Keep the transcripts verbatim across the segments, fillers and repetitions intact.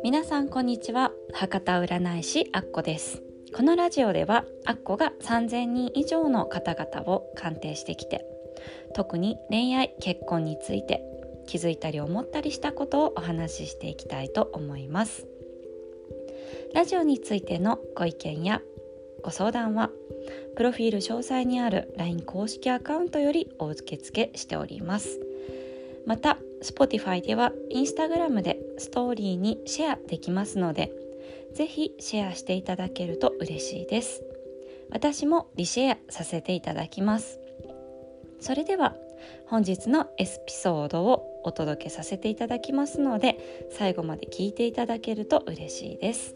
皆さんこんにちは。博多占い師アッコです。このラジオではアッコがさんぜんにん以上の方々を鑑定してきて、特に恋愛結婚について気づいたり思ったりしたことをお話ししていきたいと思います。ラジオについてのご意見やご相談はプロフィール詳細にある ライン 公式アカウントよりお受け付けしております。また Spotify では Instagram でストーリーにシェアできますので、ぜひシェアしていただけると嬉しいです。私もリシェアさせていただきます。それでは本日のエピソードをお届けさせていただきますので、最後まで聞いていただけると嬉しいです。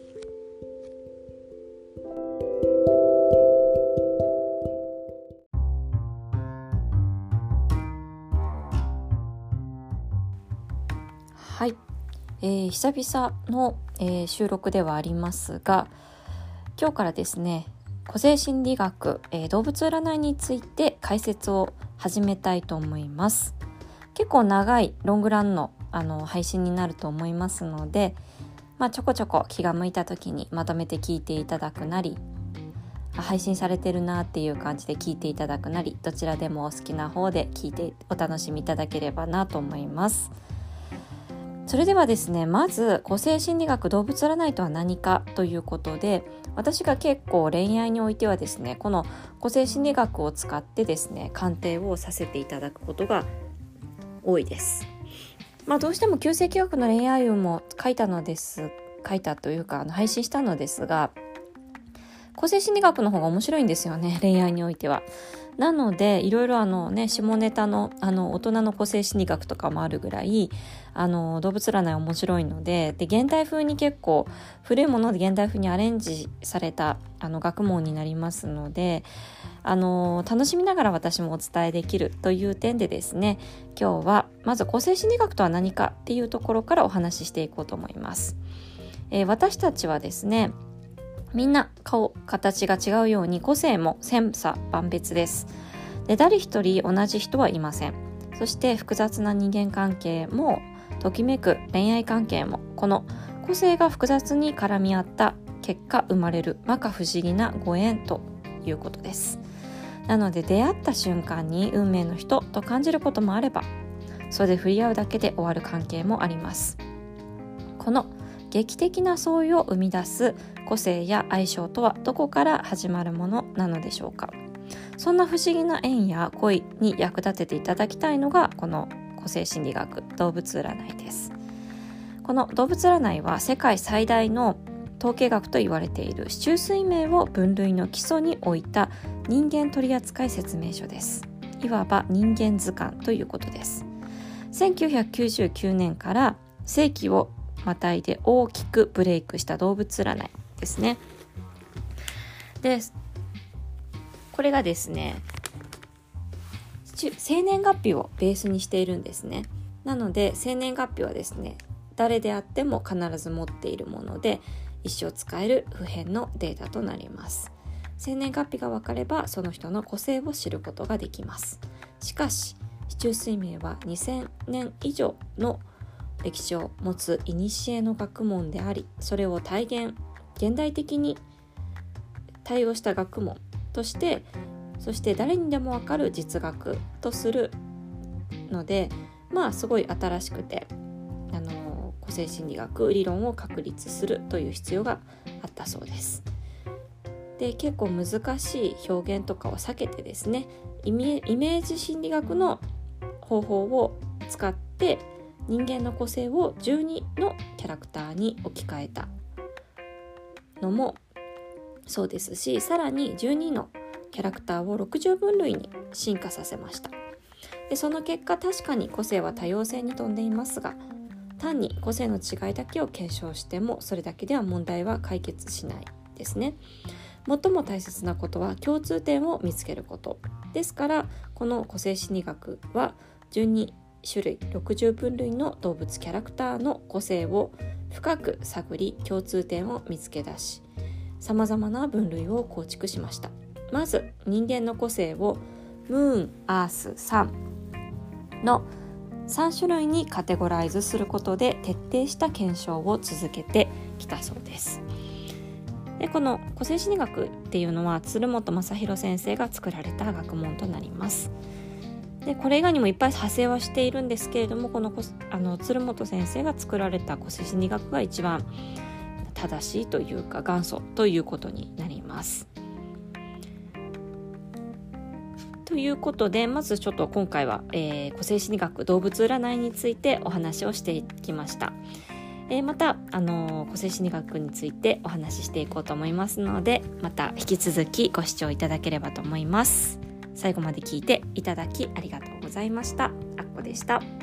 はい、えー、久々の、えー、収録ではありますが、今日からですね、個性心理学、えー、動物占いについて解説を始めたいと思います。結構長いロングランの、あの配信になると思いますので、まあ、ちょこちょこ気が向いた時にまとめて聞いていただくなり、配信されてるなっていう感じで聞いていただくなり、どちらでもお好きな方で聞いてお楽しみいただければなと思います。それではですね、まず個性心理学動物占いとは何かということで、私が結構恋愛においてはですね、この個性心理学を使ってですね、鑑定をさせていただくことが多いです。まあどうしても旧世紀学の恋愛運も書いたのです書いたというかあの配信したのですが、個性心理学の方が面白いんですよね、恋愛においては。なのでいろいろあのね、下ネタのあの大人の個性心理学とかもあるぐらい、あの動物占い面白いので、で現代風に結構古いもので現代風にアレンジされたあの学問になりますので、あの楽しみながら私もお伝えできるという点でですね、今日はまず個性心理学とは何かっていうところからお話ししていこうと思います。えー、私たちはですね、みんな顔形が違うように個性も千差万別です。で、誰一人同じ人はいません。そして複雑な人間関係もときめく恋愛関係も、この個性が複雑に絡み合った結果生まれる摩訶不思議なご縁ということです。なので出会った瞬間に運命の人と感じることもあれば、それで振り合うだけで終わる関係もあります。この劇的な相違を生み出す個性や相性とはどこから始まるものなのでしょうか。そんな不思議な縁や恋に役立てていただきたいのがこの個性心理学動物占いです。この動物占いは世界最大の統計学と言われている四柱推命を分類の基礎に置いた人間取扱説明書です。いわば人間図鑑ということです。せんきゅうひゃくきゅうじゅうきゅうねんから世紀をまたいで大きくブレイクした動物占いですね。で、これがですね、生年月日をベースにしているんですね。なので生年月日はですね、誰であっても必ず持っているもので、一生使える不変のデータとなります。生年月日が分かればその人の個性を知ることができます。しかし四柱推命はにせんねん以上の歴史を持つ古の学問であり、それを体現現代的に対応した学問として、そして誰にでもわかる実学とするので、まあすごい新しくて、あの個性心理学理論を確立するという必要があったそうです。で、結構難しい表現とかを避けてですね、イメージ心理学の方法を使って人間の個性をじゅうにのキャラクターに置き換えたのもそうですし、さらにじゅうにのキャラクターをろくじゅう分類に進化させました。で、その結果確かに個性は多様性に富んでいますが、単に個性の違いだけを検証してもそれだけでは問題は解決しないですね。最も大切なことは共通点を見つけることですから、この個性心理学はじゅうに種類ろくじゅう分類の動物キャラクターの個性を深く探り、共通点を見つけ出し、さまざまな分類を構築しました。まず人間の個性をムーン、アース、サンのさん種類にカテゴライズすることで徹底した検証を続けてきたそうです。でこの個性心理学っていうのは鶴本正弘先生が作られた学問となります。でこれ以外にもいっぱい派生はしているんですけれども、このあの鶴本先生が作られた個性心理学が一番正しいというか元祖ということになります。ということで、まずちょっと今回は、えー、個性心理学動物占いについてお話をしていきました。えー、また、あのー、個性心理学についてお話ししていこうと思いますので、また引き続きご視聴いただければと思います。最後まで聞いていただきありがとうございました。あっこでした。